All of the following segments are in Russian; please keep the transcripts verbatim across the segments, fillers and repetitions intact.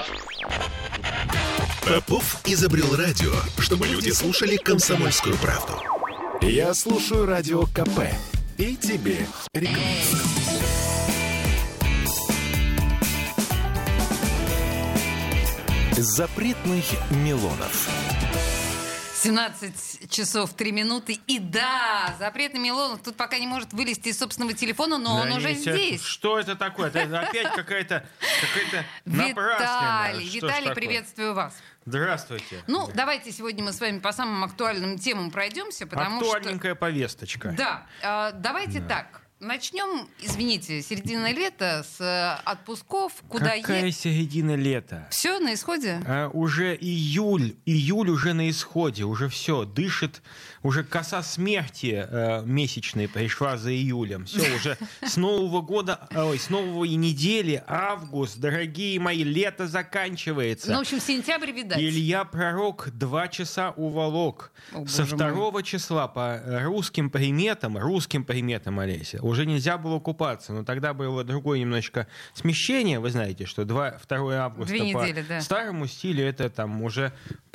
Попов изобрел радио, чтобы люди слушали комсомольскую правду. Я слушаю радио КП и тебе рекомендую. Запретных Милонов. семнадцать часов три минуты. И да, запретный Милонов тут пока не может вылезти из собственного телефона, но Да он уже Митя, здесь. Что это такое? Это опять какая-то, какая-то напрасленная. Виталий, Что ж Виталий, такое? приветствую вас. Здравствуйте. Ну, давайте сегодня мы с вами по самым актуальным темам пройдемся, потому Актуальненькая что... повесточка. Да, э, давайте да. так. Начнем, извините, середина лета с э, отпусков. Куда Какая е... середина лета? Все на исходе? А, уже июль, июль уже на исходе, уже все, дышит, уже коса смерти э, месячной пришла за июлем. Все, уже с Нового года, ой, с нового и недели, август, дорогие мои, лето заканчивается. Ну, в общем, сентябрь, видать. Илья Пророк два часа уволок. О, Со боже второго мой. числа по русским приметам, русским приметам, Олеся, уже нельзя было купаться. Но тогда было другое немножечко смещение. Вы знаете, что второго августа Две по недели, да. старому стилю, это там уже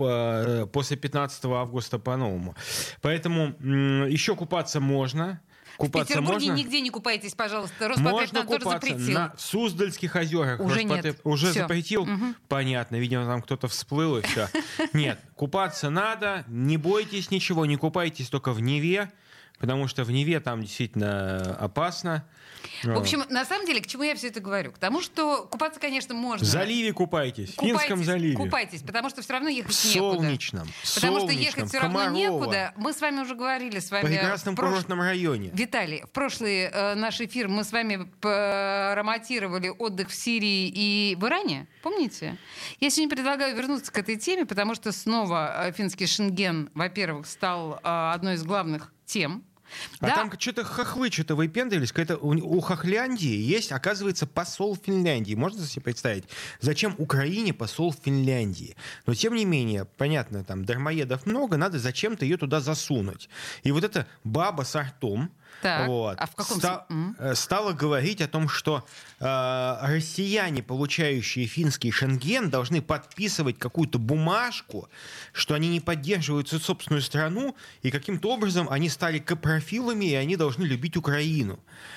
по, после пятнадцатого августа по-новому. Поэтому м, еще купаться можно. В Купаться Петербурге можно. нигде не купайтесь, пожалуйста. Можно Роспотребнадзор купаться запретил. на Суздальских озерах. Уже Роспотреб- нет. Уже Всё. запретил? Мгм. Понятно. Видимо, там кто-то всплыл и все. Нет, купаться надо. Не бойтесь ничего. Не купайтесь только в Неве. Потому что в Неве там действительно опасно. В общем, на самом деле, к чему я все это говорю? К тому, что купаться, конечно, можно. В заливе купайтесь. В Купайтесь, Финском заливе. Купайтесь, потому что все равно ехать В некуда. солнечном. Потому что солнечном, ехать все равно Комарова. некуда. Мы с вами уже говорили с вами. В прекрасном в прош- курортном районе. Виталий, в прошлый э, наш эфир мы с вами промотировали отдых в Сирии и в Иране. Помните? Я сегодня предлагаю вернуться к этой теме, потому что снова э, финский Шенген, во-первых, стал э, одной из главных тем. А Да. там что-то хохлы что-то выпендривались. Какая-то у, у Хохляндии есть, оказывается, посол Финляндии. Можно себе представить? Зачем Украине посол Финляндии? Но, тем не менее, понятно, там дармоедов много, надо зачем-то ее туда засунуть. И вот эта баба с ртом, Так, вот, а в каком ста- смысле? М? э, стала говорить о том, что э, россияне, получающие финский Шенген, должны подписывать какую-то бумажку, что они не поддерживают свою собственную страну, и каким-то образом они стали капрофилами, и они должны любить Украину.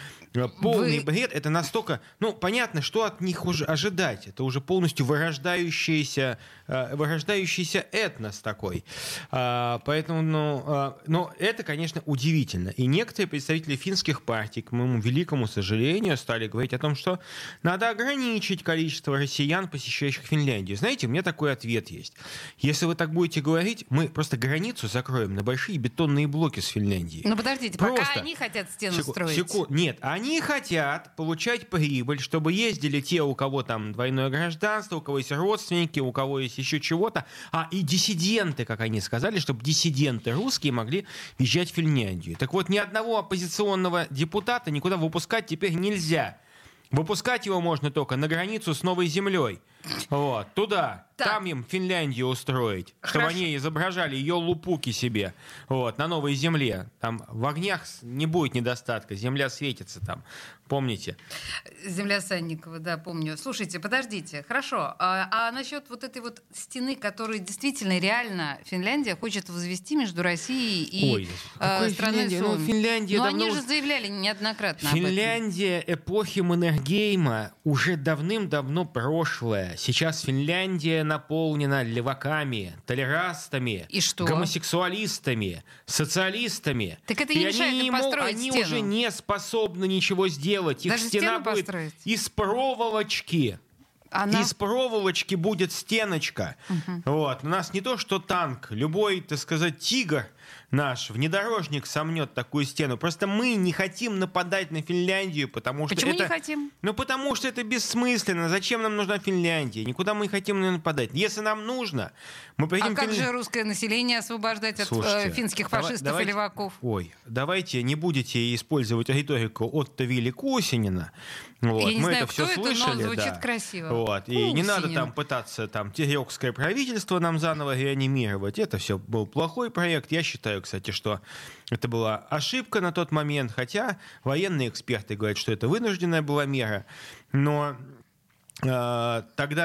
Полный Вы- бред. Это настолько... Ну, понятно, что от них уже ожидать. Это уже полностью вырождающийся, э, вырождающийся этнос такой. А, поэтому, ну... а, но это, конечно, удивительно. И некоторые представители финских партий, к моему великому сожалению, стали говорить о том, что надо ограничить количество россиян, посещающих Финляндию. Знаете, у меня такой ответ есть. Если вы так будете говорить, мы просто границу закроем на большие бетонные блоки с Финляндией. Ну, подождите, пока Просто. они хотят стену Секу- строить. секу- Нет, они хотят получать прибыль, чтобы ездили те, у кого там двойное гражданство, у кого есть родственники, у кого есть еще чего-то. А и диссиденты, как они сказали, чтобы диссиденты русские могли въезжать в Финляндию. Так вот, ни одного оппозиционного депутата никуда выпускать теперь нельзя. Выпускать его можно только на границу с Новой Землей. Вот, туда. Так. Там им Финляндию устроить, чтобы Хорошо. они изображали ее лупуки себе. Вот, на Новой Земле. Там в огнях с- не будет недостатка, земля светится там. Помните? Земля Санникова, да, помню. Слушайте, подождите, хорошо. А, а насчет вот этой вот стены, которую действительно реально Финляндия хочет возвести между Россией и Ой, э, какой страной Финляндия? Ну, Суом. Финляндия Но давно они уж- же заявляли неоднократно об этом. Финляндия эпохи Маннергейма уже давным-давно прошлое. Сейчас Финляндия наполнена леваками, толерастами, И что? гомосексуалистами, социалистами. Так это И не они мешает им не мог- построить Они стену. уже не способны ничего сделать. Их Даже стена стену будет построить? из проволочки. Она... Из проволочки будет стеночка. Вот. У нас не то, что танк. Любой, так сказать, тигр наш, внедорожник сомнет такую стену. Просто мы не хотим нападать на Финляндию, потому что Почему это... не хотим? Ну, потому что это бессмысленно. Зачем нам нужна Финляндия? Никуда мы не хотим на неё нападать. Если нам нужно, мы поедем А как в Финля- же русское население освобождать от Слушайте, э, финских давай- фашистов давайте- и леваков? Ой, давайте не будете использовать риторику Отто Вилли Кусинина. Вот. Я не Мы знаю, это кто все это, но слышали. звучит да. красиво. Вот. И не надо Кусинин. там пытаться там терекское правительство нам заново реанимировать. Это все был плохой проект. Я считаю, кстати, что это была ошибка на тот момент, хотя военные эксперты говорят, что это вынужденная была мера. Но э, тогда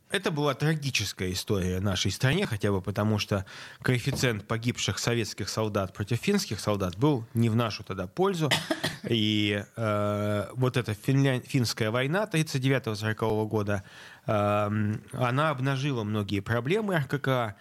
это была трагическая история нашей стране, хотя бы потому, что коэффициент погибших советских солдат против финских солдат был не в нашу тогда пользу. И э, вот эта финля... финская война тридцать девятого сорокового года, э, она обнажила многие проблемы эр ка ка.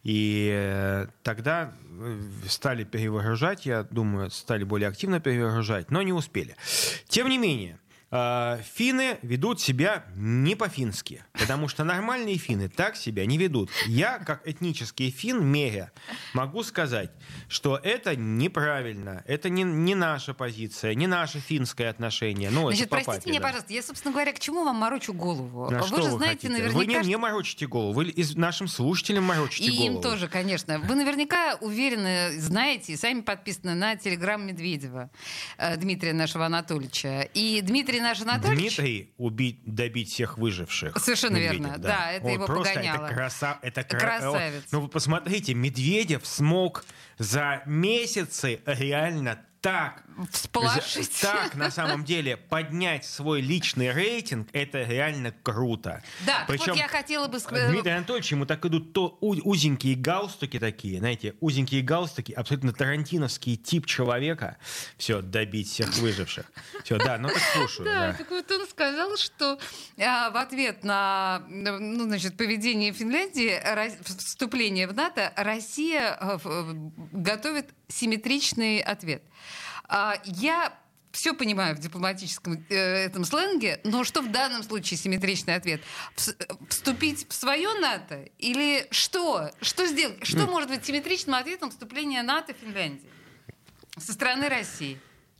И тогда стали перевооружать, я думаю, стали более активно перевооружать, но не успели. Тем не менее, финны ведут себя не по-фински, потому что нормальные финны так себя не ведут. Я, как этнический фин, Меря, могу сказать, что это неправильно, это не, не наша позиция, не наше финское отношение. Ну, Значит, по простите папе, меня, да. пожалуйста, я, собственно говоря, к чему вам морочу голову? На вы что же вы знаете хотите? наверняка... Вы не что... мне морочите голову, вы и нашим слушателям морочите И голову. им тоже, конечно. Вы наверняка уверены, знаете, и сами подписаны на телеграм Медведева, э, Дмитрия нашего Анатольевича. И Дмитрий наш Анатольевич... Дмитрий убить, добить всех выживших. Совершенно Медведев, верно. Да, это его просто погоняло. Это, краса, это кра... Красавец. Ну вы посмотрите, Медведев смог за месяцы реально так, всполошить. так на самом деле поднять свой личный рейтинг, это реально круто. Да, Причем вот я хотела бы сказать... Дмитрий Анатольевич, ему так идут то узенькие галстуки такие, знаете, узенькие галстуки, абсолютно тарантиновский тип человека. Все, добить всех выживших. Все, да, ну так слушаю. Да, Да. так вот он сказал, что а, в ответ на ну, значит, поведение Финляндии, раз, вступление в НАТО, Россия а, в, готовит симметричный ответ. А, я все понимаю в дипломатическом э, этом сленге, но что в данном случае симметричный ответ? Вступить в свое НАТО или что? Что сделать? Что может быть симметричным ответом вступления НАТО в Финляндии со стороны России?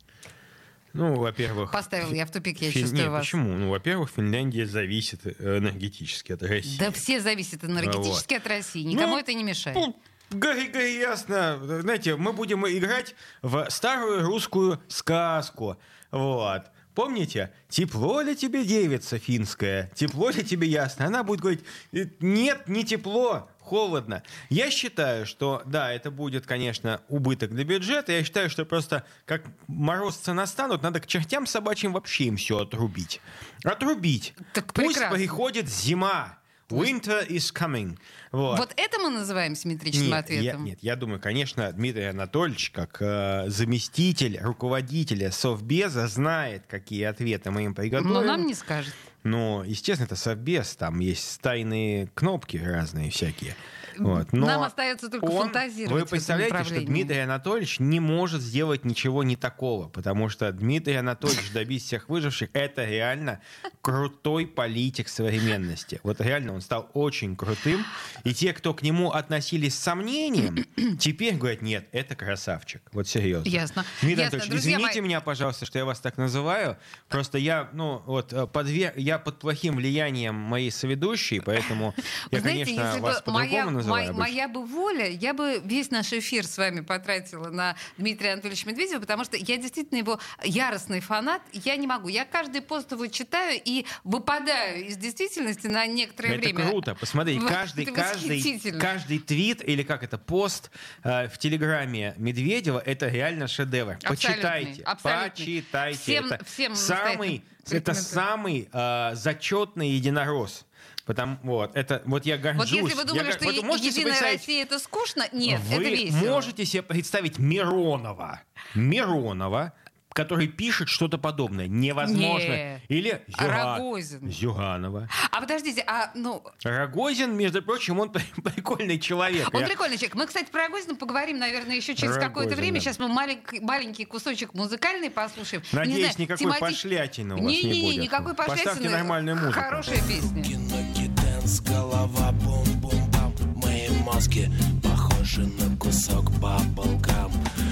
Ну, во-первых... Поставил я в тупик, я Фин... чувствую Нет, вас. почему? Ну, во-первых, Финляндия зависит энергетически от России. Да все зависят энергетически Вот. от России. Никому Ну, это не мешает. Ну, Гарри, Гарри, ясно. Знаете, мы будем играть в старую русскую сказку. Вот. Помните? Тепло ли тебе, девица финская? Тепло ли тебе, ясно? Она будет говорить, нет, не тепло, холодно. Я считаю, что, да, это будет, конечно, убыток для бюджета. Я считаю, что просто как морозцы настанут, надо к чертям собачьим вообще им все отрубить. Отрубить. Так Пусть прекрасно. приходит зима. Winter is coming. Вот. Вот это мы называем симметричным Нет, ответом. я, нет, я думаю, конечно, Дмитрий Анатольевич, как э, заместитель руководителя Совбеза, знает, какие ответы мы им приготовим. Но нам не скажет. Но, естественно, это Совбез, там есть тайные кнопки разные всякие. Вот. Но нам остается только он, фантазировать. Вы представляете, что Дмитрий Анатольевич не может сделать ничего не такого, потому что Дмитрий Анатольевич добить всех выживших — это реально крутой политик современности. Вот реально он стал очень крутым, и те, кто к нему относились с сомнением, теперь говорят, нет, это красавчик. Вот серьезно. Ясно. Дмитрий Ясно. Анатольевич, Друзья извините мои... меня, пожалуйста, что я вас так называю. Просто я, ну, вот, подвер... я под плохим влиянием моей соведущей, поэтому я, знаете, конечно, если вас бы по-другому моя, называю. моя, моя бы воля, я бы весь наш эфир с вами потратила на Дмитрия Анатольевича Медведева, потому что я действительно его яростный фанат. Я не могу. Я каждый пост его читаю и выпадаю из действительности на некоторое это время. Это круто. Посмотри, каждый, каждый, каждый твит или как это, пост э, в Телеграме Медведева — это реально шедевр. Почитайте. Абсолютный. Почитайте. Всем, это всем самый, это самый э, зачетный единорос. Потому, вот, это, вот я горжусь. Вот если вы думали, я, что вот, е- Единая Россия это скучно, нет, вы это весело. можете себе представить Миронова, Миронова, который пишет что-то подобное. Невозможно. Не. Или Зюга... Рогозин. Зюганова. А подождите, а ну... Рогозин, между прочим, он прикольный человек. Он Я... прикольный человек. Мы, кстати, про Рогозина поговорим, наверное, еще через Рогозин, какое-то время. да. Сейчас мы маленький, маленький кусочек музыкальный послушаем. Надеюсь, не знаю, никакой тематик... пошлятины у вас не, не, не, будет. Не, никакой пошлятины. Поставьте нормальную музыку. Хорошая песня. Ноги-дэнс, голова бум-бум-бам. Мои мозги похожи на кусок баблгам.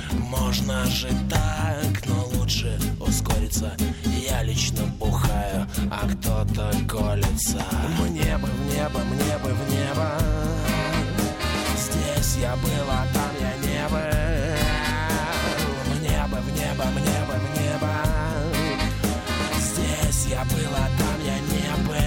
Можно жить так, но лучше ускориться. Я лично бухаю, а кто-то колется. Мне бы в небо, мне бы в небо. Здесь я был, а там я не был. Мне бы в небо, мне бы в небо. Здесь я был, а там я не был.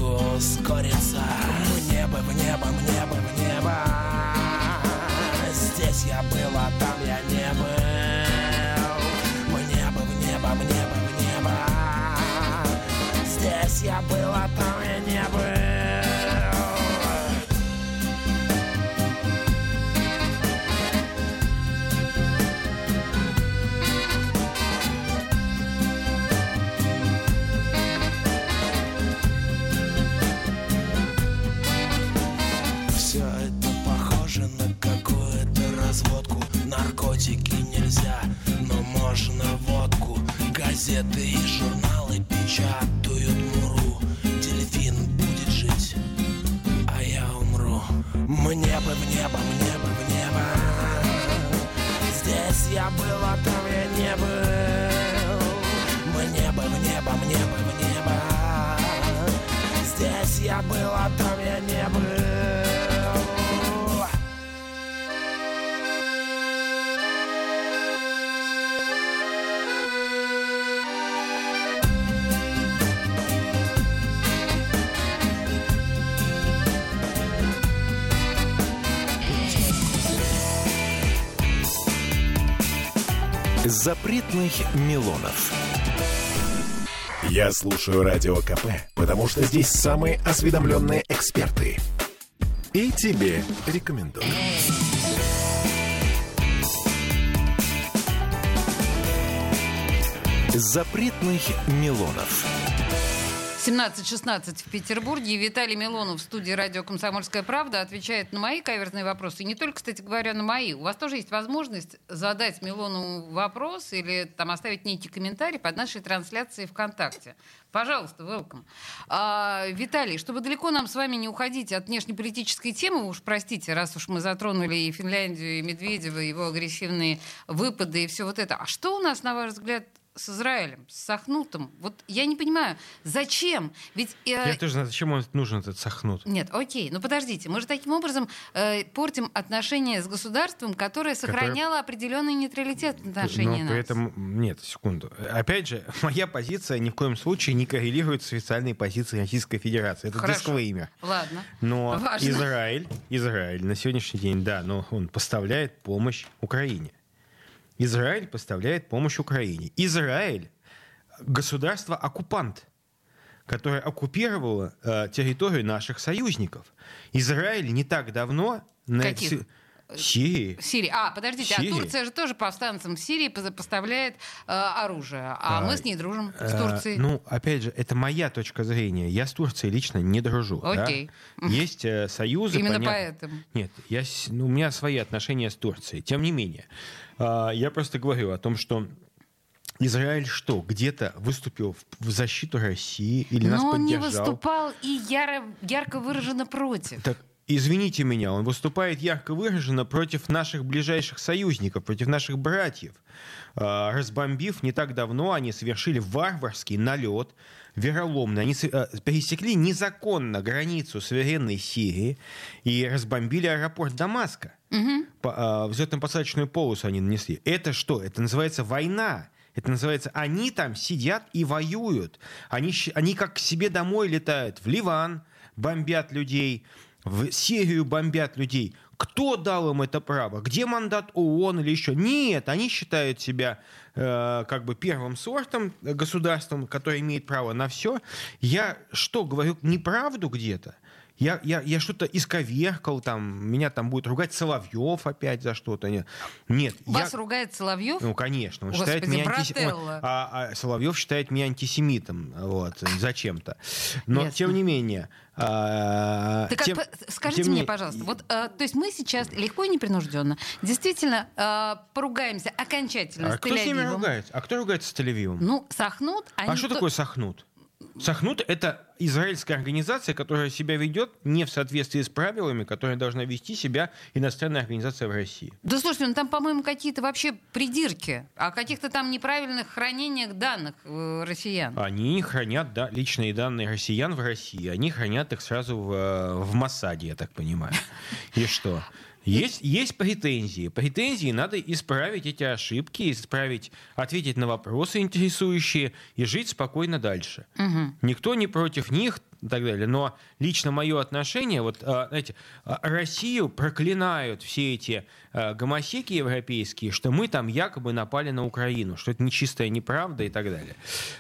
ускориться. Мне бы в небо, мне бы в небо. Здесь я был, а там я не был. Мне бы в небо, мне бы в небо. Здесь я был, а там я не был. Наркотики нельзя, но можно водку. Газеты и журналы печатают муру. Дельфин будет жить, а я умру. Мне бы в небо, мне бы в небо. Здесь я был, а там я не был. Мне бы в небо, мне бы в небо. Здесь я был, а там я не был. Запретных Милонов. Я слушаю Радио КП, потому что здесь самые осведомленные эксперты. И тебе рекомендую. Запретных Милонов. семнадцать шестнадцать в Петербурге. Виталий Милонов в студии радио «Комсомольская правда» отвечает на мои каверзные вопросы. И не только, кстати говоря, на мои. У вас тоже есть возможность задать Милонову вопрос или там оставить некий комментарий под нашей трансляцией ВКонтакте. Пожалуйста, welcome. А, Виталий, чтобы далеко нам с вами не уходить от внешнеполитической темы, уж простите, раз уж мы затронули и Финляндию, и Медведева, и его агрессивные выпады, и все вот это. А что у нас, на ваш взгляд, с Израилем, с Сахнутом? Вот я не понимаю, зачем? Ведь, э... Я тоже знаю, зачем он нужен, этот Сахнут. Нет, окей, ну подождите, мы же таким образом э, портим отношения с государством, которое сохраняло Который... определенный нейтралитет в отношении Но нас. при этом, нет, секунду. Опять же, моя позиция ни в коем случае не коррелирует с официальной позицией Российской Федерации. Это дисклеймер. Ладно. Но Важно. Израиль, Израиль на сегодняшний день, да, но он поставляет помощь Украине. Израиль поставляет помощь Украине. Израиль — государство-оккупант, которое оккупировало э, территорию наших союзников. Израиль не так давно... Каких? На... Сирии. Сирии. А, подождите, Сирии. а Турция же тоже повстанцам в Сирии поставляет э, оружие, а, а мы с ней дружим, с Турцией. Э, ну, опять же, это моя точка зрения. Я с Турцией лично не дружу. Окей. Да? Есть э, союзы... Именно понятно... поэтому. Нет, я, ну, у меня свои отношения с Турцией. Тем не менее, э, я просто говорю о том, что Израиль что, где-то выступил в, в защиту России или Но нас он поддержал? не выступал и яро, ярко выраженно против. Так, извините меня, он выступает ярко выраженно против наших ближайших союзников, против наших братьев. Э, разбомбив не так давно, они совершили варварский налет, вероломный. Они э, пересекли незаконно границу суверенной Сирии и разбомбили аэропорт Дамаска. Угу. По, э, взлетно-посадочную полосу они нанесли. Это что? Это называется война. Это называется, они там сидят и воюют. Они, они как к себе домой летают. В Ливан бомбят людей, в Сирию бомбят людей. Кто дал им это право? Где мандат ООН или еще? Нет, они считают себя э, как бы первым сортом государством, которое имеет право на все. Я что, говорю неправду где-то? Я, я, я что-то исковеркал, там, меня там будет ругать Соловьев опять за что-то. Нет. Нет Вас я... ругает Соловьев? Ну, конечно. Он Господи, считает меня антис... он, а, а Соловьев считает меня антисемитом. Вот, зачем-то. Но, Ясно. Тем не менее... А, так тем, а, скажите тем мне, не... пожалуйста, вот, а, то есть мы сейчас легко и непринужденно действительно а, поругаемся окончательно а с кто Тель-Авивом. с ними ругается? А кто ругается с Тель-Авивом? Ну, Сахнут... А что то... такое Сахнут? Сахнут — это израильская организация, которая себя ведет не в соответствии с правилами, которые должна вести себя иностранная организация в России. Да слушайте, ну там, по-моему, какие-то вообще придирки о каких-то там неправильных хранениях данных э, россиян. Они не хранят да, личные данные россиян в России, они хранят их сразу в, в Моссаде, я так понимаю. И что? Есть, есть претензии. Претензии надо исправить эти ошибки, исправить, ответить на вопросы интересующие и жить спокойно дальше. Угу. Никто не против против них и так далее. Но лично мое отношение, вот, знаете, Россию проклинают все эти гомосеки европейские, что мы там якобы напали на Украину, что это нечистая неправда и так далее.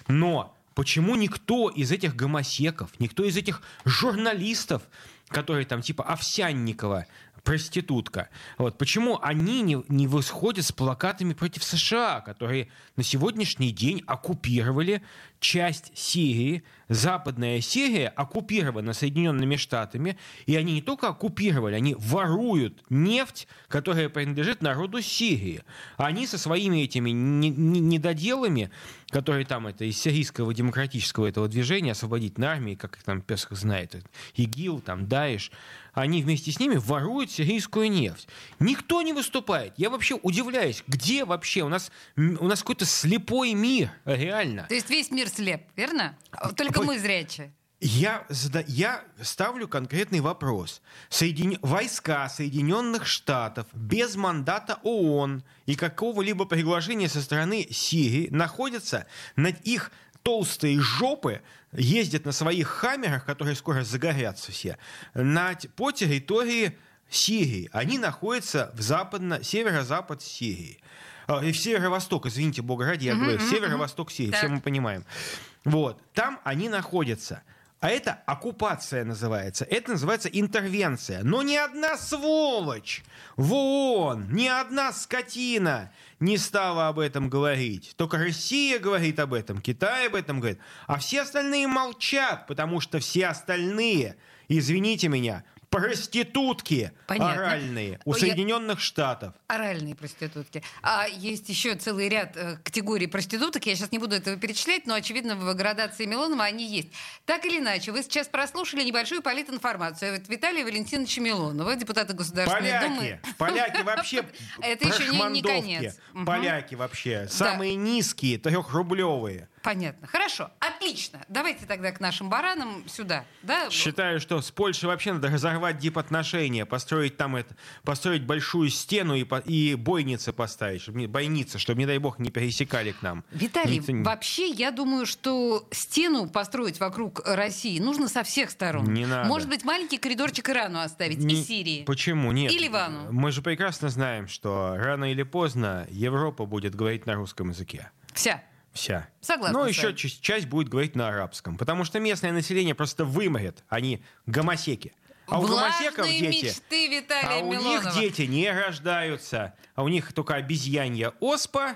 Но почему никто из этих гомосеков, никто из этих журналистов, которые там типа Овсянникова, проститутка, вот, почему они не, не восходят с плакатами против США, которые на сегодняшний день оккупировали часть Сирии, Западная Сирия оккупирована Соединенными Штатами, и они не только оккупировали, они воруют нефть, которая принадлежит народу Сирии. Они со своими этими недоделами, которые там это из сирийского демократического этого движения, освободительной армии, как их там Песах знает, ИГИЛ, там, Даиш, они вместе с ними воруют сирийскую нефть. Никто не выступает. Я вообще удивляюсь, где вообще? У нас, у нас какой-то слепой мир, реально. То есть весь мир слеп, верно? Только вот мы зрячие. Я, я ставлю конкретный вопрос. Соедин... Войска Соединенных Штатов без мандата ООН и какого-либо приглашения со стороны Сирии находятся над их толстые жопы, ездят на своих хаммерах, которые скоро загорятся все, над, по территории Сирии. Они находятся в западно, северо-запад Сирии. В северо-восток, извините, бога ради, я говорю, северо-восток Сирии, все мы понимаем. Вот, там они находятся. А это оккупация называется. Это называется интервенция. Но ни одна сволочь в ООН, ни одна скотина не стала об этом говорить. Только Россия говорит об этом, Китай об этом говорит. А все остальные молчат, потому что все остальные, извините меня, проститутки. Понятно. Оральные у Соединенных Штатов. Оральные проститутки. А есть еще целый ряд э, категорий проституток. Я сейчас не буду этого перечислять, но, очевидно, в градации Милонова они есть. Так или иначе, вы сейчас прослушали небольшую политинформацию от Виталия Валентиновича Милонова, депутата Государственной Поляки. Думы. Поляки вообще это еще не, не конец. Поляки вообще. Самые низкие, трехрублевые. Понятно. Хорошо. Отлично. Давайте тогда к нашим баранам сюда. Да? Считаю, что с Польшей вообще надо разорвать дипотношения, построить там это, построить большую стену и, и бойницы поставить, чтобы, бойницы, чтобы, не дай бог, не пересекали к нам. Виталий, не... вообще, я думаю, что стену построить вокруг России нужно со всех сторон. Не надо. Может быть, маленький коридорчик Ирану оставить, не... и Сирии. Почему? Нет. И Ливану. Мы же прекрасно знаем, что рано или поздно Европа будет говорить на русском языке. Вся. Вся. Согласна. Но еще часть, часть будет говорить на арабском. Потому что местное население просто вымрет. Они гомосеки. А у гомосеков дети... мечты Виталия а у Милонова. них дети не рождаются. А у них только обезьянья оспа,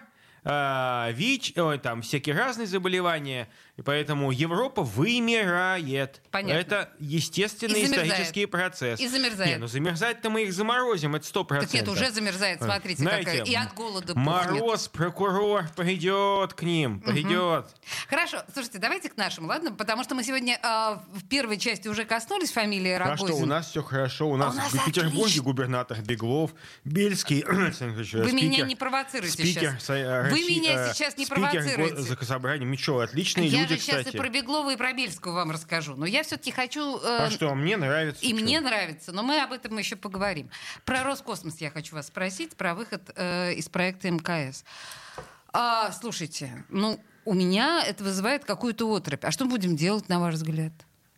э, ВИЧ, ой, там всякие разные заболевания. И поэтому Европа вымирает. Понятно. Это естественный исторический процесс. И замерзает. Не, ну замерзать-то мы их заморозим, это сто процентов. Так нет, уже замерзает, смотрите, знаете, какая. И от голода пухнет. Мороз, прокурор придет к ним, придет. Угу. Хорошо, слушайте, давайте к нашим, ладно? Потому что мы сегодня э, в первой части уже коснулись фамилии Рогозин. А что, у нас все хорошо. У нас, у нас в Петербурге отлично. Губернатор Беглов, Бельский, Вы спикер, меня не провоцируете спикер, сейчас. России, Вы меня сейчас не провоцируете. Спикер Заксобрания. Ничего, отличные я люди, же сейчас кстати. и про Беглова, и про Бельского вам расскажу. Но я все-таки хочу... Э, а что, мне нравится. И что? мне нравится, но мы об этом еще поговорим. Про Роскосмос я хочу вас спросить, про выход э, из проекта МКС. А, слушайте, ну, у меня это вызывает какую-то отрыбь. А что мы будем делать, на ваш взгляд?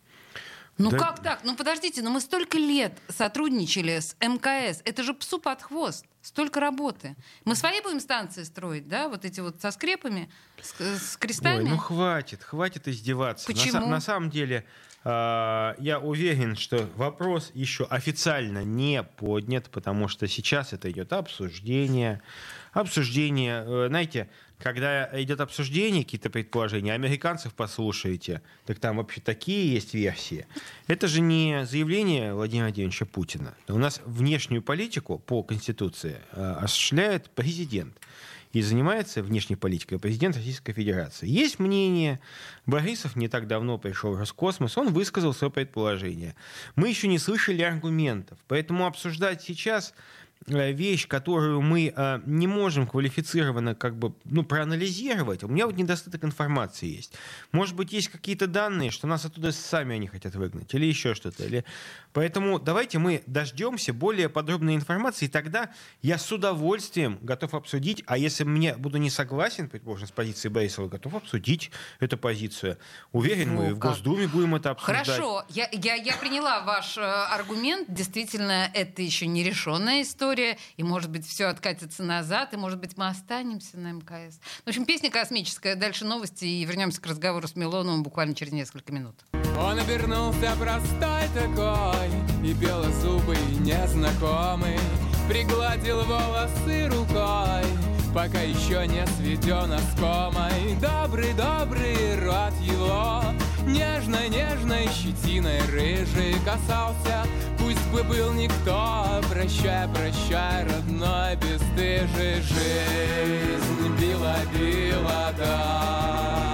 Ну да... как так? Ну подождите, ну мы столько лет сотрудничали с МКС. Это же псу под хвост. Столько работы. Мы свои будем станции строить, да? Вот эти вот со скрепами, с, с крестами? Ой, ну хватит, хватит издеваться. Почему? На, на самом деле, э, я уверен, что вопрос еще официально не поднят, потому что сейчас это идет обсуждение. Обсуждение, э, знаете, когда идет обсуждение, какие-то предположения, американцев послушаете, так там вообще такие есть версии. Это же не заявление Владимира Владимировича Путина. У нас внешнюю политику по Конституции э, осуществляет президент. И занимается внешней политикой президент Российской Федерации. Есть мнение, Борисов не так давно пришел в Роскосмос, он высказал свое предположение. Мы еще не слышали аргументов, поэтому обсуждать сейчас вещь, которую мы э, не можем квалифицированно как бы, ну, проанализировать. У меня вот недостаток информации есть. Может быть, есть какие-то данные, что нас оттуда сами они хотят выгнать, или еще что-то. Или... Поэтому давайте мы дождемся более подробной информации, и тогда я с удовольствием готов обсудить, а если мне буду не согласен, предположим, с позицией Борисова, готов обсудить эту позицию. Уверен, ну, мы в Госдуме будем это обсуждать. Хорошо, я, я, я приняла ваш э, аргумент. Действительно, это еще не решенная история. И, может быть, все откатится назад, и, может быть, мы останемся на МКС. В общем, песня космическая. Дальше новости, и вернемся к разговору с Милоновым буквально через несколько минут. Он обернулся простой такой и белозубый незнакомый, пригладил волосы рукой, пока еще не сведен оскомой. Добрый-добрый рот его нежной-нежной щетиной рыжий касался. Пусть бы был никто, прощай, прощай, родной бесстыжий. Жизнь била-била, да,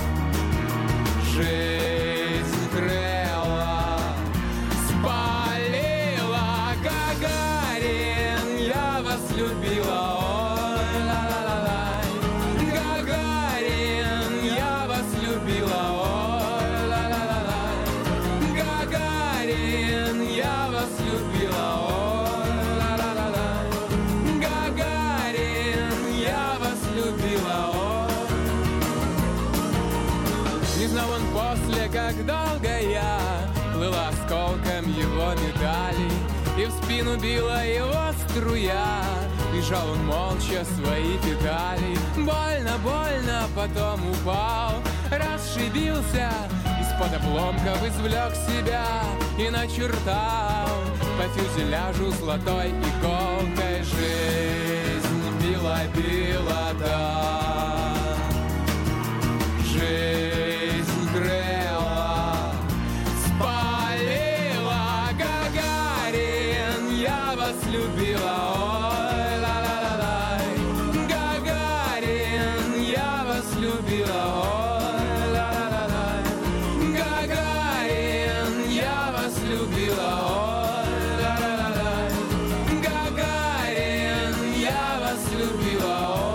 жизнь крыла, спалила. Гагарин, я вас любила, ой, ла-ла-ла-лай. Гагарин, я вас любила, ой, ла-ла-ла-лай. Гагарин, я вас любила, ой, ла-ла-ла-лай. Гагарин, я вас любила, ой. Не знал он после, как долго я плыла осколком его медали, и в спину била его струя. Лежал он молча свои педали. Больно, больно, потом упал, расшибился, из-под обломков извлек себя и начертал по фюзеляжу золотой иголкой. Жизнь била-била, да, жизнь крыла, спалила. Гагарин, я вас любила, ой, ла-ла-ла-лай. Гагарин, я вас любила, ой, ла-ла-ла-лай. Гагарин, я вас любила, ой, ла-ла-ла-лай. Гагарин, я вас любила, ой.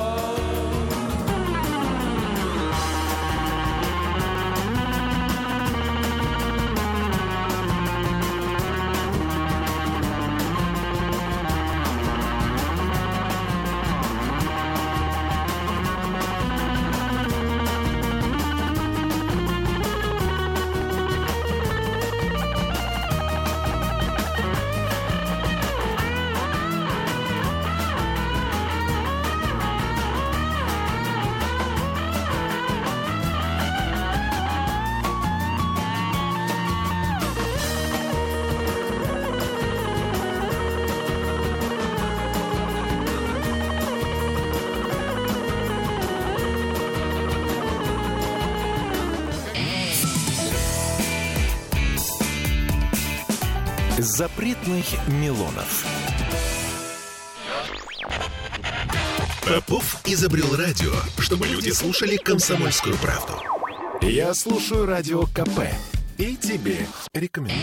Запретных Милонов. Попов изобрел радио, чтобы люди слушали «Комсомольскую правду». Я слушаю радио КП и тебе рекомендую.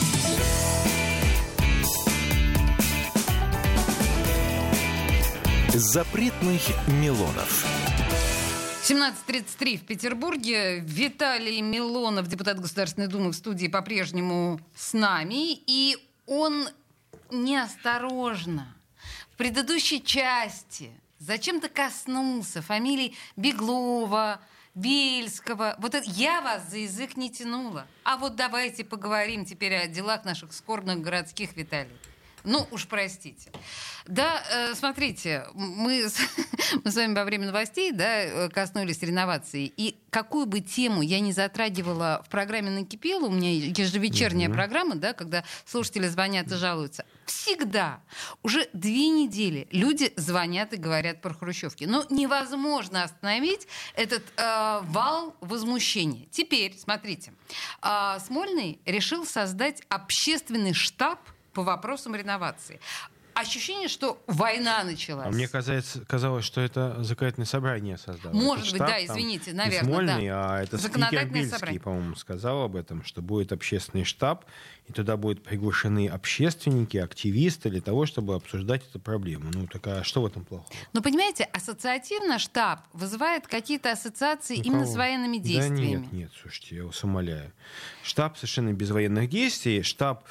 Запретных Милонов. семнадцать тридцать три в Петербурге. Виталий Милонов, депутат Государственной Думы, в студии по-прежнему с нами. И он неосторожно в предыдущей части зачем-то коснулся фамилий Беглова, Бельского. Вот это я вас за язык не тянула. А вот давайте поговорим теперь о делах наших скорбных городских, Виталий. Ну, уж простите. Да, э, смотрите, мы с, мы с вами во время новостей, да, коснулись реновации. И какую бы тему я не затрагивала в программе «Накипело», у меня ежевечерняя mm-hmm. программа, да, когда слушатели звонят и жалуются, всегда, уже две недели люди звонят и говорят про хрущевки. Но невозможно остановить этот э, вал возмущения. Теперь, смотрите, э, Смольный решил создать общественный штаб по вопросам реновации. ощущение, что война началась. А мне казалось, казалось, что это законодательное собрание создало. Может это быть, штаб, да, там, извините, не наверное, Смольный, да. а это спикер Законодательное Бельский, собрание. по-моему, сказал об этом, что будет общественный штаб, и туда будут приглашены общественники, активисты для того, чтобы обсуждать эту проблему. Ну, так а что в этом плохого? Но понимаете, ассоциативно штаб вызывает какие-то ассоциации Ну, именно кого? с военными Да действиями. нет, нет, слушайте, я вас умоляю. Штаб совершенно без военных действий. Штаб,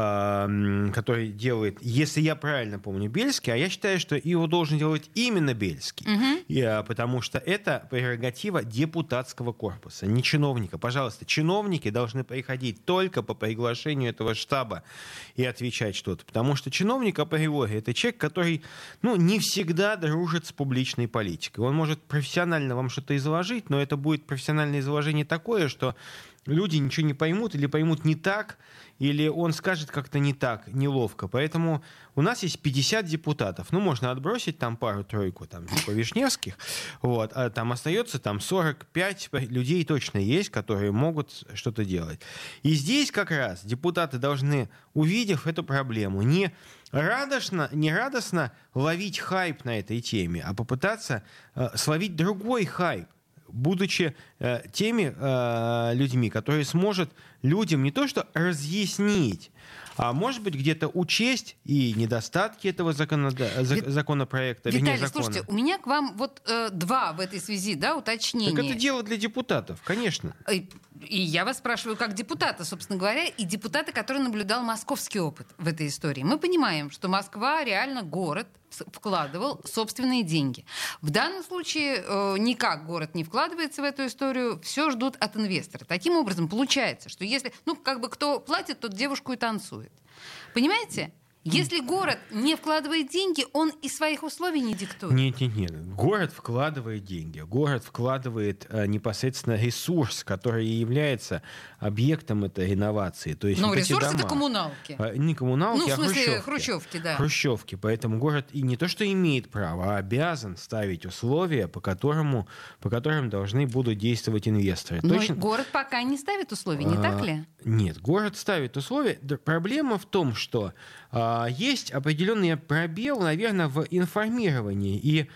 э, который делает, если я правильно помню, Бельский, а я считаю, что его должен делать именно Бельский. Угу. И, а, потому что это прерогатива депутатского корпуса, не чиновника. Пожалуйста, чиновники должны приходить только по приглашению этого штаба и отвечать что-то. Потому что чиновник априори — это человек, который ну, не всегда дружит с публичной политикой. Он может профессионально вам что-то изложить, но это будет профессиональное изложение такое, что люди ничего не поймут или поймут не так, или он скажет как-то не так, неловко. Поэтому у нас есть пятьдесят депутатов. Ну, можно отбросить там пару-тройку, там, типа Вишневских. Вот. А там остается там сорок пять людей точно есть, которые могут что-то делать. И здесь как раз депутаты должны, увидев эту проблему, не радостно, не радостно ловить хайп на этой теме, а попытаться э, словить другой хайп, будучи э, теми э, людьми, которые сможет людям не то что разъяснить, а может быть где-то учесть и недостатки этого законода... Вит... законопроекта. Виталий, закона. слушайте, у меня к вам вот э, два в этой связи, да, уточнения. Так это дело для депутатов, конечно. И, и я вас спрашиваю как депутата, собственно говоря, и депутата, который наблюдал московский опыт в этой истории. Мы понимаем, что Москва реально город вкладывал собственные деньги. В данном случае э, никак город не вкладывается в эту историю, все ждут от инвестора. Таким образом, получается, что если, ну, как бы кто платит, тот девушку и танцует. Понимаете? Если город не вкладывает деньги, он и своих условий не диктует. Нет, нет, нет. Город вкладывает деньги. Город вкладывает э, непосредственно ресурс, который и является объектом этой реновации. То есть ну, вот ресурс — дома, это коммуналки. А, не коммуналки, ну, в смысле, а хрущевки. хрущевки, да. Хрущевки. Поэтому город и не то, что имеет право, а обязан ставить условия, по, которому, по которым должны будут действовать инвесторы. Но Точно... город пока не ставит условий, не а, так ли? Нет, город ставит условия. Проблема в том, что а, есть определенный пробел, наверное, в информировании. И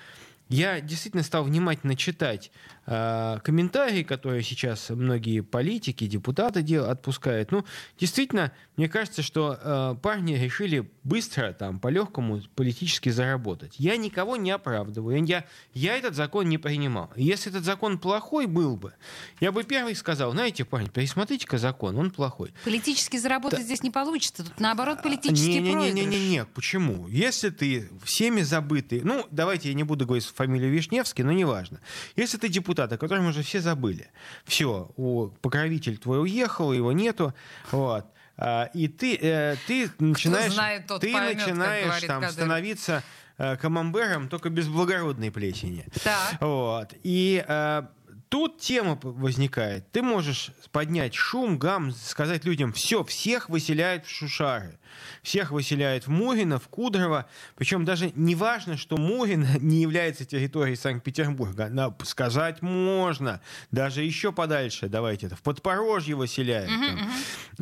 я действительно стал внимательно читать э, комментарии, которые сейчас многие политики, депутаты дел, отпускают. Ну, действительно, мне кажется, что э, парни решили быстро, там, по-легкому политически заработать. Я никого не оправдываю. Я, я этот закон не принимал. Если этот закон плохой был бы, я бы первый сказал, знаете, парни, пересмотрите-ка закон, он плохой. Политически заработать да. здесь не получится. Тут, наоборот, политический не, проигрыш. Не-не-не, почему? Если ты всеми забытый... Ну, давайте я не буду говорить фамилию Вишневский, но неважно. Если ты депутат, о котором уже все забыли, все, покровитель твой уехал, его нету, вот, и ты, э, ты начинаешь, знает, тот ты поймет, начинаешь говорит там Кадыров. становиться э, камамбером, только без благородной плесени. Так. Вот. И э, тут тема возникает. Ты можешь поднять шум, гам, сказать людям, все, всех выселяют в Шушары. Всех выселяют в Мурино, в Кудрово. Причем даже не важно, что Мурино не является территорией Санкт-Петербурга. Но сказать можно. Даже еще подальше, давайте это, в Подпорожье выселяют. Uh-huh, uh-huh.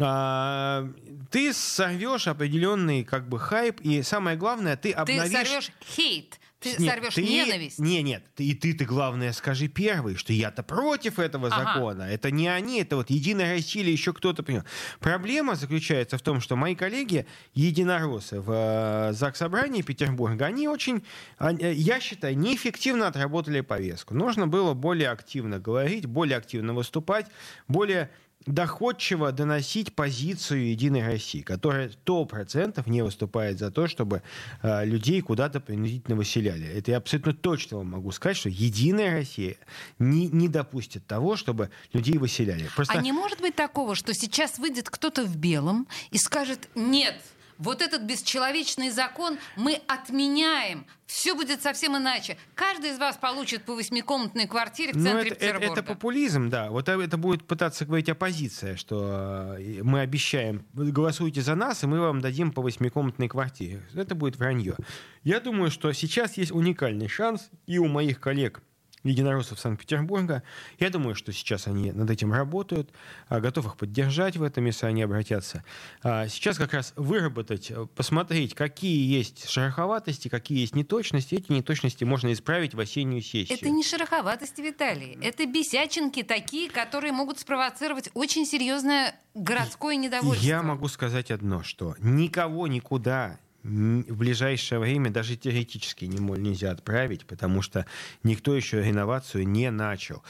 А, ты сорвешь определенный как бы хайп, и самое главное, ты обновишь... Ты сорвешь хейт. Ты нет, сорвешь ты, ненависть. Не, нет, ты, и ты-то, главное, скажи первый, что я-то против этого ага. закона. Это не они, это вот Единая Россия или еще кто-то. Проблема заключается в том, что мои коллеги, единороссы в э, Заксобрании Петербурга, они очень, э, я считаю, неэффективно отработали повестку. Нужно было более активно говорить, более активно выступать, более доходчиво доносить позицию Единой России, которая сто процентов не выступает за то, чтобы э, людей куда-то принудительно выселяли. Это я абсолютно точно вам могу сказать, что Единая Россия не, не допустит того, чтобы людей выселяли. Просто... А не может быть такого, что сейчас выйдет кто-то в белом и скажет: нет, вот этот бесчеловечный закон мы отменяем. Все будет совсем иначе. Каждый из вас получит по восьмикомнатной квартире в центре это, Петербурга. Это, это популизм, да. Вот это будет пытаться говорить оппозиция, что мы обещаем, голосуйте за нас, и мы вам дадим по восьмикомнатной квартире. Это будет вранье. Я думаю, что сейчас есть уникальный шанс и у моих коллег единороссов Санкт-Петербурга. Я думаю, что сейчас они над этим работают, готов их поддержать в этом, если они обратятся. Сейчас как раз выработать, посмотреть, какие есть шероховатости, какие есть неточности. Эти неточности можно исправить в осеннюю сессию. Это не шероховатости, Виталий. Это бесячинки такие, которые могут спровоцировать очень серьезное городское недовольство. Я могу сказать одно, что никого никуда в ближайшее время даже теоретически нельзя отправить, потому что никто еще реновацию не начал.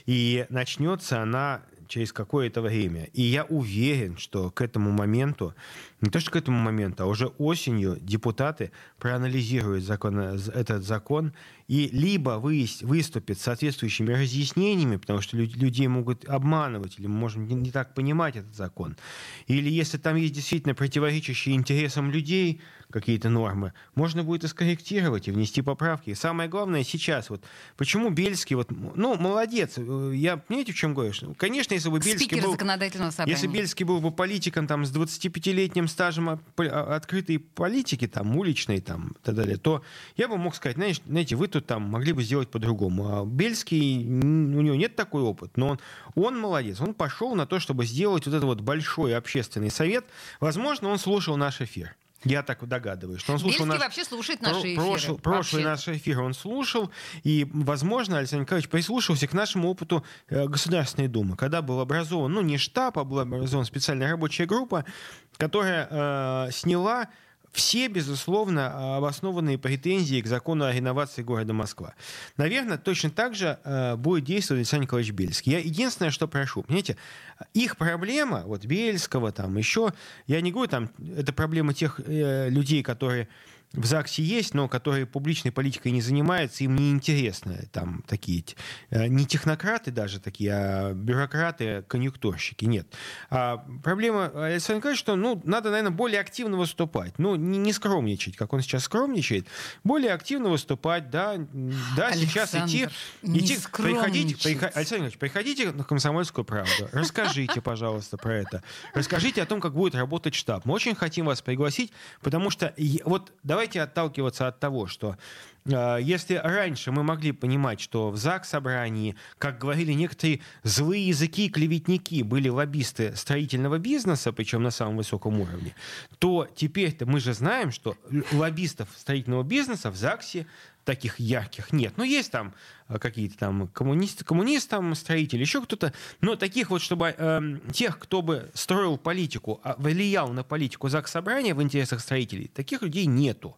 И начнется она через какое-то время. И я уверен, что к этому моменту, не то что к этому моменту, а уже осенью депутаты проанализируют закон, этот закон и либо выступят с соответствующими разъяснениями, потому что людей могут обманывать, или мы можем не так понимать этот закон. Или если там есть действительно противоречащие интересам людей какие-то нормы, можно будет и скорректировать, и внести поправки. И самое главное сейчас, вот, почему Бельский, вот, ну, молодец, я, понимаете, в чем говорю? Конечно, если бы Бельский Спикер был, законодательного собрания. Если Бельский был бы политиком там, с двадцатипятилетним стажем открытой политики, там, уличной, там, и так далее, то я бы мог сказать, знаешь, знаете, вы тут там могли бы сделать по-другому. А Бельский, у него нет такой опыт, но он, он молодец, он пошел на то, чтобы сделать вот этот вот большой общественный совет. Возможно, он слушал наш эфир. Я так догадываюсь, что он слушал Бельский наш... вообще слушает наши эфиры. Прошлый, прошлый наш эфир он слушал, и, возможно, Александр Николаевич прислушался к нашему опыту Государственной Думы, когда был образован, ну, не штаб, а была образована специальная рабочая группа, которая э, сняла все, безусловно, обоснованные претензии к закону о реновации города Москва. Наверное, точно так же э, будет действовать Александр Николаевич Бельский. Я единственное, что прошу, понимаете, их проблема, вот Бельского, там еще, я не говорю, там, это проблема тех э, людей, которые в ЗАГСе есть, но которые публичной политикой не занимаются, им неинтересны там такие, не технократы даже такие, а бюрократы, конъюнктурщики, нет. А проблема Александра Николаевича, что ну, надо, наверное, более активно выступать, ну, не, не скромничать, как он сейчас скромничает, более активно выступать, да, да сейчас идти, идти приходите, приход, Александр Николаевич, приходите на «Комсомольскую правду», расскажите, пожалуйста, про это, расскажите о том, как будет работать штаб. Мы очень хотим вас пригласить, потому что вот давайте отталкиваться от того, что э, если раньше мы могли понимать, что в ЗАГС-собрании, как говорили некоторые злые языки, клеветники, были лоббисты строительного бизнеса, причем на самом высоком уровне, то теперь-то мы же знаем, что лоббистов строительного бизнеса в ЗАГСе таких ярких нет. Ну, есть там какие-то там коммунисты, коммунист, там, строители, еще кто-то, но таких вот, чтобы э, тех, кто бы строил политику, влиял на политику ЗАГС-собрания в интересах строителей, таких людей нету.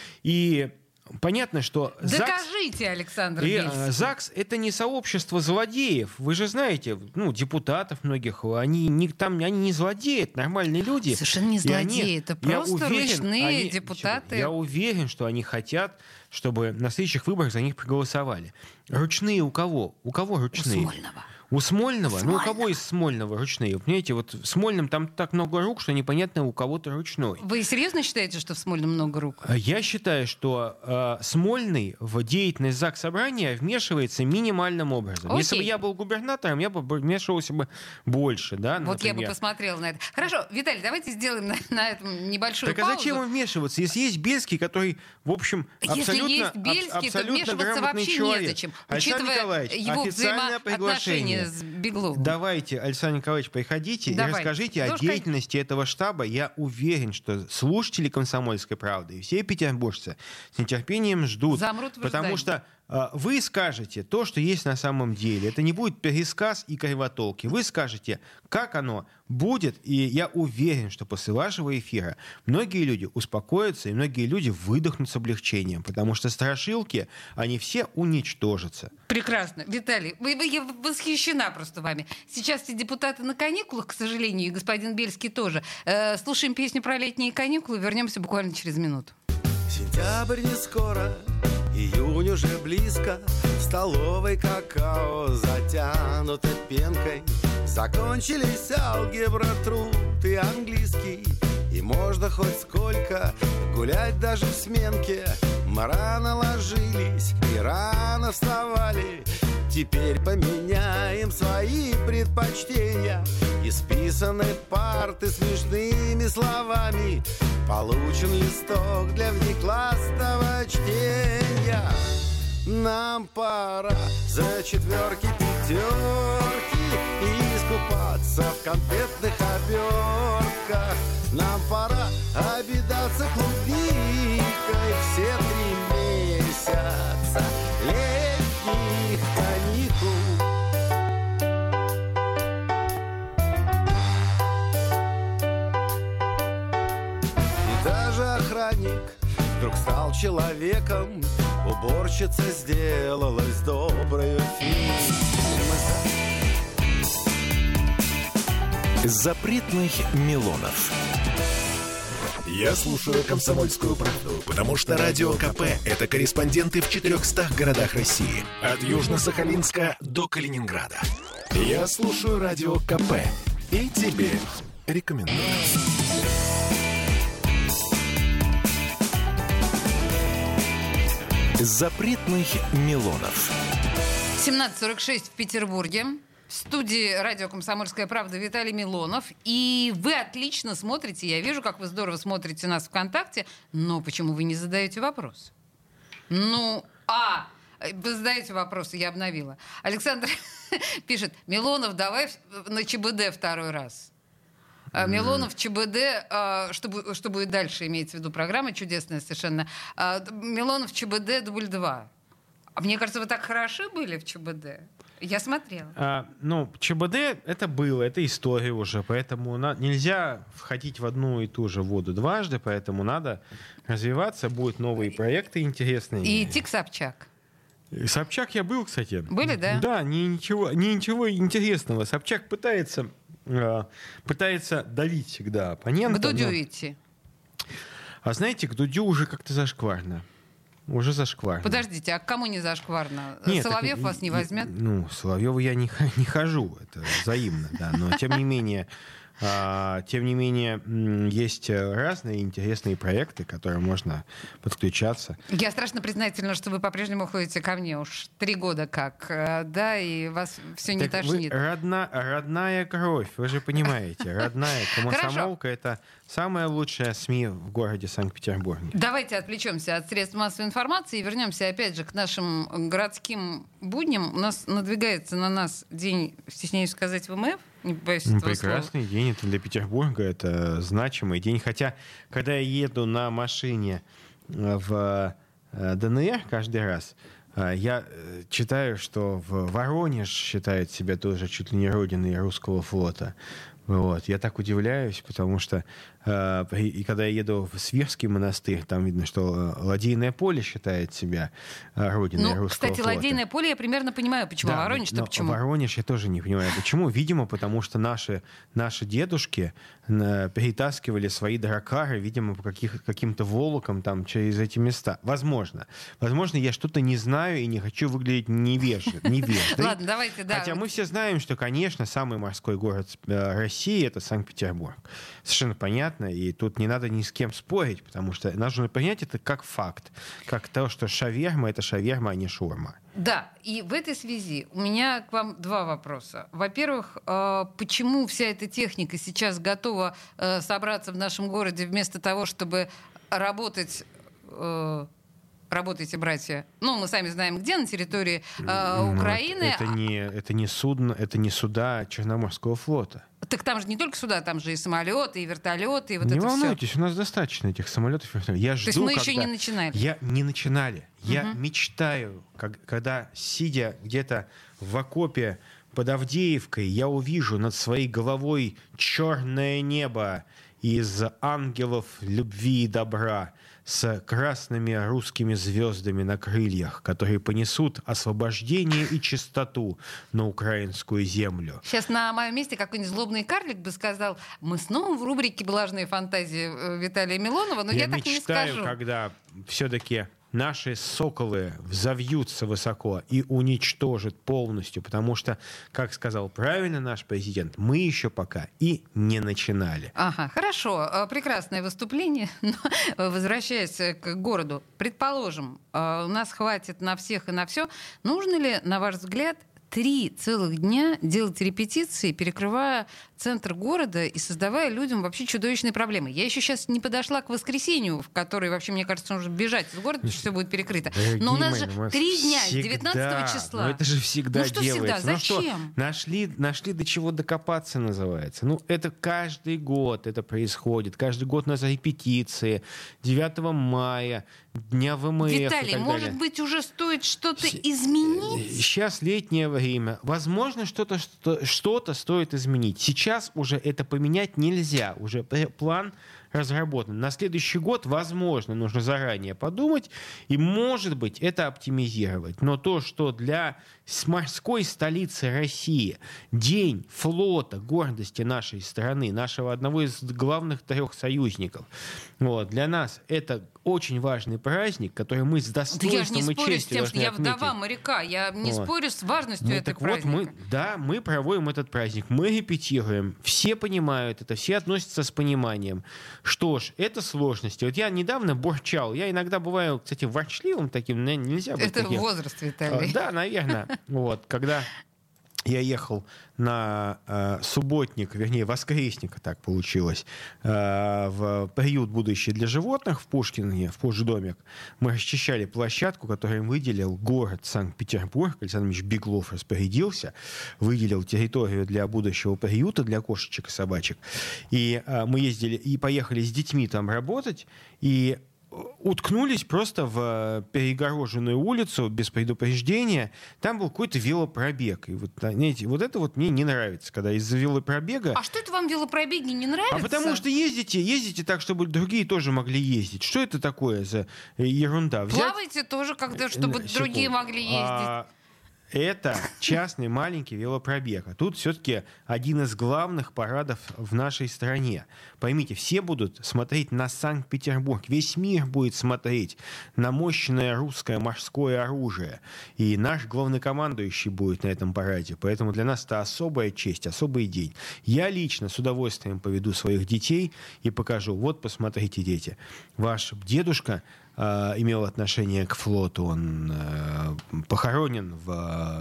И понятно, что Докажите, ЗАГС, Александр и, Бельский. ЗАГС — это не сообщество злодеев. Вы же знаете, ну, депутатов многих, они не, там, они не злодеи, это нормальные люди. Совершенно не злодеи, они, это просто уверен, ручные они, депутаты. Я уверен, что они хотят, чтобы на следующих выборах за них проголосовали. Ручные у кого? У кого ручные? У Смольного. У Смольного? Смольного. Ну, у кого из Смольного ручные? Вы понимаете, вот в Смольном там так много рук, что непонятно, у кого-то ручной. Вы серьезно считаете, что в Смольном много рук? Я считаю, что э, Смольный в деятельность ЗАГС-собрания вмешивается минимальным образом. Окей. Если бы я был губернатором, я бы вмешивался бы больше, да, Вот например. я бы посмотрела на это. Хорошо, Виталий, давайте сделаем на, на этом небольшую Так а паузу. зачем ему вмешиваться, если есть Бельский, который, в общем, Если абсолютно, есть Бельский, аб- то абсолютно вмешиваться грамотный вообще человек. незачем, Александр учитывая Николаевич, его официальное взаимоотношения приглашение. с Бегловым. Давайте, Александр Николаевич, приходите Давай. и расскажите Ну, о деятельности этого штаба. Я уверен, что слушатели «Комсомольской правды» и все петербуржцы с нетерпением ждут. Замрут в Потому ожидании. что э, вы скажете то, что есть на самом деле. Это не будет пересказ и кривотолки. Вы скажете, как оно будет. И я уверен, что после вашего эфира многие люди успокоятся, и многие люди выдохнут с облегчением. Потому что страшилки, они все уничтожатся. Прекрасно. Виталий, вы, вы- я восхищена просто вами. Сейчас все депутаты на каникулах, к сожалению, и господин Бельский тоже. Э, слушаем песню про летние каникулы, вернемся буквально через минуту. Сентябрь не скоро, июнь уже близко. В столовой какао затянуто пенкой. Закончились алгебра, труд и английский. И можно хоть сколько гулять даже в сменке. Мы рано ложились и рано вставали. Теперь поменяем свои предпочтения. Исписаны парты смешными словами. Получен листок для внеклассного чтения. нам пора за четверки, пятерки и искупаться в конфетных обертках. Нам пора обидаться клубникой все три месяца летних каникул. И даже охранник вдруг стал человеком, уборщица сделалась доброй феей. Запретных Милонов. Я слушаю «Комсомольскую правду», потому что Радио КП – это корреспонденты в четырехстах городах России. От Южно-Сахалинска до Калининграда. Я слушаю Радио КП и тебе рекомендую. Запретных Милонов. семнадцать сорок шесть в Петербурге. В студии радио «Комсомольская правда» Виталий Милонов. И вы отлично смотрите. Я вижу, как вы здорово смотрите нас ВКонтакте. Но почему вы не задаете вопрос? Ну, а, вы задаете вопросы, я обновила. Александр пишет: Милонов, давай на ЧБД второй раз. Милонов, ЧБД, что, что будет дальше, имеется в виду программа чудесная совершенно. Милонов, ЧБД, дубль два. А мне кажется, вы так хороши были в ЧБД. Я смотрела. А, ну, ЧБД это было, это история уже, поэтому на, нельзя входить в одну и ту же воду дважды, поэтому надо развиваться, будут новые проекты интересные. И идти к Собчак. И Собчак я был, кстати. Были, да? Да, ни, ничего, ни, ничего интересного. Собчак пытается, э, пытается давить всегда оппонента. К Дудю но... идти. А знаете, к Дудю уже как-то зашкварно. Уже зашкварно. Подождите, а к кому не зашкварно? Нет, Соловьев так, вас не возьмет? Ну, Соловьева я не, не хожу, это взаимно, да. Но тем не менее, а, тем не менее, есть разные интересные проекты, к которым можно подключаться. Я страшно признательна, что вы по-прежнему ходите ко мне уж три года как, да, и вас все не Так тошнит. Вы родна, родная кровь, вы же понимаете, родная комсомолка — это самая лучшая СМИ в городе Санкт-Петербурге. Давайте отвлечемся от средств массовой информации и вернемся опять же к нашим городским будням. У нас надвигается на нас день, стесняюсь сказать, ВМФ. Не боюсь этого Прекрасный слова. день, это для Петербурга, это значимый день. Хотя, когда я еду на машине в ДНР каждый раз, я читаю, что в Воронеж считает себя тоже чуть ли не родиной русского флота. Вот. Я так удивляюсь, потому что э, и когда я еду в Свирский монастырь, там видно, что Ладейное поле считает себя э, родиной ну, русского кстати, флота. Ладейное поле я примерно понимаю, почему. Да, а Воронеж-то но почему? Воронеж я тоже не понимаю, почему. Видимо, потому что наши, наши дедушки э, перетаскивали свои дракары, видимо, по каких, каким-то волокам там через эти места. Возможно. Возможно, я что-то не знаю и не хочу выглядеть невеждой. Ладно, давайте, да. Хотя мы все знаем, что, конечно, самый морской город России — это Санкт-Петербург. Совершенно понятно, и тут не надо ни с кем спорить, потому что нужно понять это как факт, как то, что шаверма — это шаверма, а не шаурма. Да, и в этой связи у меня к вам два вопроса. Во-первых, почему вся эта техника сейчас готова собраться в нашем городе вместо того, чтобы работать... Работаете, братья. Ну, мы сами знаем, где, на территории э, Украины. Это, это, не, это, не судно, это не суда Черноморского флота. Так там же не только суда, там же и самолеты, и вертолеты, и вот не это волнуйтесь, все. у нас достаточно этих самолетов и вертолетов. Я То жду, есть мы когда... еще не начинали? Я не начинали. Я Угу. мечтаю, как, когда, сидя где-то в окопе под Авдеевкой, я увижу над своей головой черное небо из ангелов любви и добра с красными русскими звездами на крыльях, которые понесут освобождение и чистоту на украинскую землю. Сейчас на моем месте какой-нибудь злобный карлик бы сказал: мы снова в рубрике «Блажные фантазии» Виталия Милонова, но я, я так не мечтаю, скажу. когда все-таки наши соколы взовьются высоко и уничтожат полностью, потому что, как сказал правильно наш президент, мы еще пока и не начинали. Ага, хорошо, прекрасное выступление. Но, возвращаясь к городу, предположим, у нас хватит на всех и на все. Нужно ли, на ваш взгляд, три целых дня делать репетиции, перекрывая центр города и создавая людям вообще чудовищные проблемы. Я еще сейчас не подошла к воскресенью, в который вообще, мне кажется, нужно бежать из города, потому что все будет перекрыто. Дорогие Но у нас мои, же у нас три дня, с всегда, девятнадцатого числа. Ну это же всегда ну, что делается. Всегда? Ну Зачем? что, нашли, нашли до чего докопаться, называется. Ну это каждый год это происходит. Каждый год у нас репетиции. девятого мая, Дня ВМФ. Виталий, и так может далее. быть, уже стоит что-то изменить? Сейчас летнее время. Возможно, что-то, что- что-то стоит изменить. Сейчас уже это поменять нельзя. Уже п- план разработан. На следующий год, возможно, нужно заранее подумать и, может быть, это оптимизировать. Но то, что для с- морской столицы России День флота, гордости нашей страны, нашего одного из главных трех союзников, вот, для нас это очень важный праздник, который мы с Да достоинством я же не и спорю с честью тем, что должны я вдова отметить. моряка. Я не Вот. спорю с важностью Ну, этого так вот, мы, праздника. да, мы проводим этот праздник, мы репетируем, все понимают это, все относятся с пониманием. Что ж, это сложности. Вот я недавно бурчал, я иногда бываю, кстати, ворчливым таким, но нельзя быть Это таким. возраст, А, Виталий. Да, наверное. Вот, когда я ехал на э, субботник, вернее, воскресник, так получилось, э, в приют «Будущее для животных» в Пушкине, в Пушдомик. Мы расчищали площадку, которую им выделил город Санкт-Петербург. Александр Ильич Беглов распорядился, выделил территорию для будущего приюта, для кошечек и собачек. И э, мы ездили и поехали с детьми там работать, и уткнулись просто в перегороженную улицу без предупреждения. Там был какой-то велопробег. И вот, знаете, вот это вот мне не нравится, когда из-за велопробега... А что это вам велопробеги не нравятся? А потому что ездите, ездите так, чтобы другие тоже могли ездить. Что это такое за ерунда? Взять- Плавайте тоже, когда, чтобы Э, другие секунду. могли ездить. А, Это частный маленький велопробег. А тут все-таки один из главных парадов в нашей стране. Поймите, все будут смотреть на Санкт-Петербург. Весь мир будет смотреть на мощное русское морское оружие. И наш главнокомандующий будет на этом параде. Поэтому для нас это особая честь, особый день. Я лично с удовольствием поведу своих детей и покажу. Вот, посмотрите, дети. Ваш дедушка э, имел отношение к флоту. Он э, похоронен в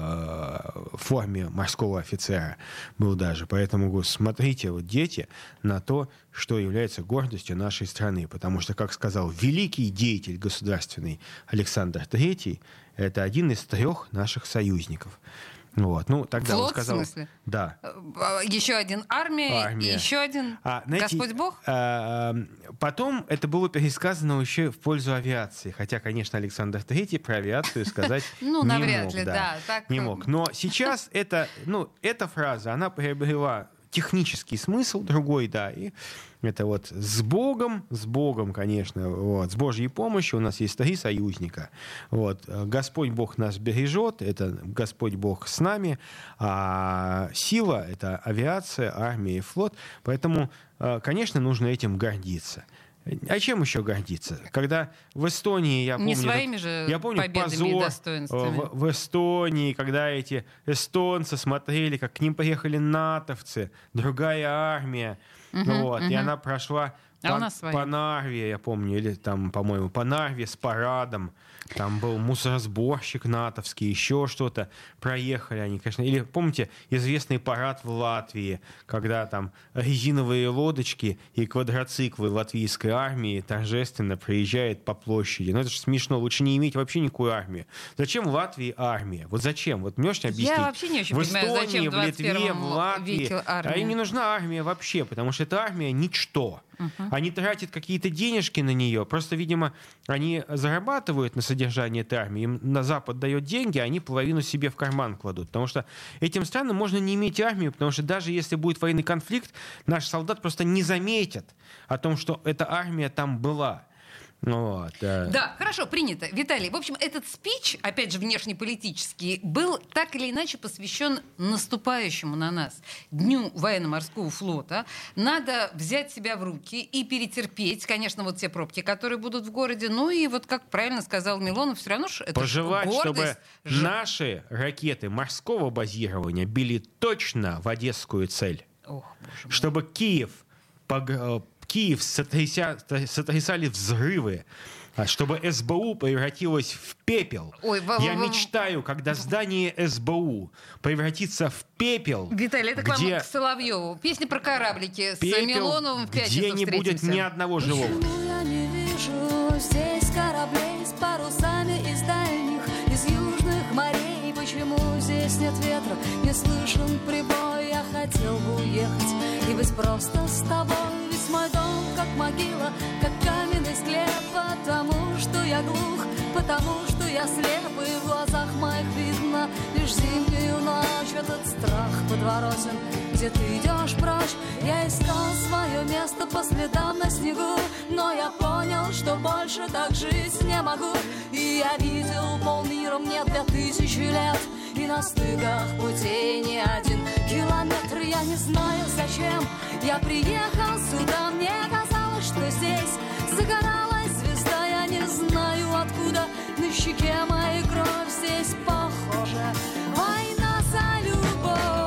э, форме морского офицера. Был даже. Поэтому говорю, смотрите, вот дети, на то, что является гордостью нашей страны. Потому что, как сказал великий деятель государственный Александр Третий, это один из трех наших союзников. Вот. Ну, тогда Флот, он сказал, в смысле? Да. Еще один армия, Армия. и еще один А, знаете, Господь Бог. а, потом это было пересказано еще в пользу авиации. Хотя, конечно, Александр Третий про авиацию сказать Ну, не навряд мог. ли, да, так, не э, мог. Но сейчас это, ну, эта фраза, она приобрела технический смысл другой, да, и это вот с Богом, с Богом, конечно, вот, с Божьей помощью у нас есть три союзника. Вот, Господь Бог нас бережет, это Господь Бог с нами, а сила — это авиация, армия и флот, поэтому, конечно, нужно этим гордиться. А чем еще гордиться? Когда в Эстонии, я помню... Не своими этот- же я помню победами и позор достоинствами. в, в Эстонии, когда эти эстонцы смотрели, как к ним приехали натовцы, другая армия, вот, и она прошла А по, у нас свои. по Нарве, я помню, или там, по-моему, по Нарве с парадом. Там был мусоросборщик натовский, еще что-то. Проехали они, конечно. Или, помните, известный парад в Латвии, когда там резиновые лодочки и квадроциклы латвийской армии торжественно проезжают по площади. Ну, это же смешно. Лучше не иметь вообще никакую армию. Зачем Латвии армия? Вот зачем? Вот можешь объяснить? Я вообще не очень в понимаю, Эстонии, зачем в в Литве, двадцать в первом Латвии. веке армия. А им не нужна армия вообще, потому что эта армия ничто. Они тратят какие-то денежки на нее. Просто, видимо, они зарабатывают на содержание этой армии. Им на Запад дает деньги, а они половину себе в карман кладут. Потому что этим странам можно не иметь армию, потому что даже если будет военный конфликт, наш солдат просто не заметит о том, что эта армия там была. Вот, да. Да, хорошо, принято. Виталий, в общем, этот спич, опять же, внешнеполитический, был так или иначе посвящен наступающему на нас Дню военно-морского флота. Надо взять себя в руки и перетерпеть, конечно, вот те пробки, которые будут в городе. Ну и вот, как правильно сказал Милонов, все равно ж это Пожелать, гордость. чтобы Ж- наши ракеты морского базирования били точно в одесскую цель. Ох, боже мой. Чтобы Киев, пог- э, Киев сотряся- сотрясали взрывы чтобы эс бэ у превратилось в пепел. Ой, в- Я в- мечтаю, когда здание эс бэ у превратится в пепел. Виталий, это к где вам, к Соловьеву. Песня про кораблики с пепел, Милоновым в пятницу где не будет встретимся. ни одного живого. Почему я не вижу здесь кораблей с парусами из дальних, из южных морей? Почему здесь нет ветра, не слышен прибой? Я хотел бы уехать и быть просто с тобой. Ведь мой дом как могила, как каменный склеп. Потому что я глух, потому что я слеп, и в глазах моих видно лишь зимнюю ночь. Этот страх подворотен, где ты идешь прочь. Я искал свое место по следам на снегу, но я понял, что больше так жить не могу. И я видел полмира мне для тысячи лет, и на стыках путей не один километр. Я не знаю, зачем я приехал сюда. Мне казалось, что здесь загоралась звезда. Я не знаю, откуда на щеке моей кровь. Здесь похоже война за любовь.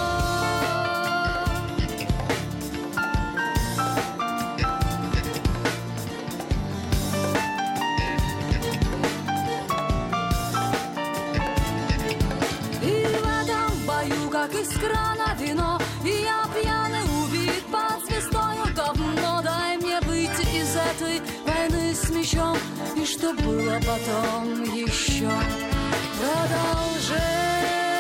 И в этом бою, как из крана вино, и я пьяный убит под звездою. Давно дай мне выйти из этой войны с мечом. И что было потом еще? Продолжение.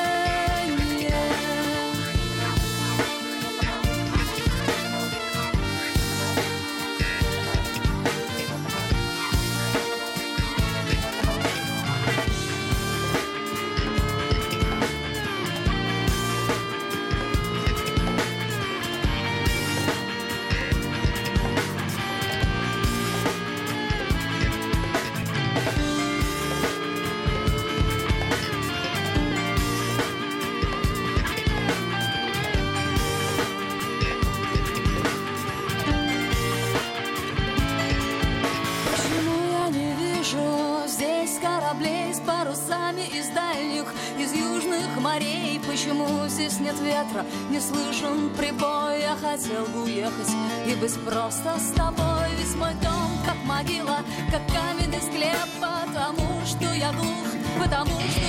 Кораблей с парусами из дальних, из южных морей. Почему здесь нет ветра, не слышен прибой? Я хотел бы уехать и быть просто с тобой. Ведь мой дом как могила, как каменный склеп. Потому что я глух, потому что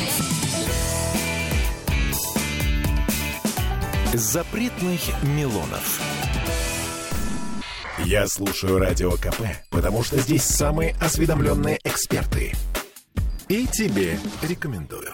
я... Запретных Милонов. Я слушаю Радио КП, потому что здесь самые осведомленные эксперты. И тебе рекомендую.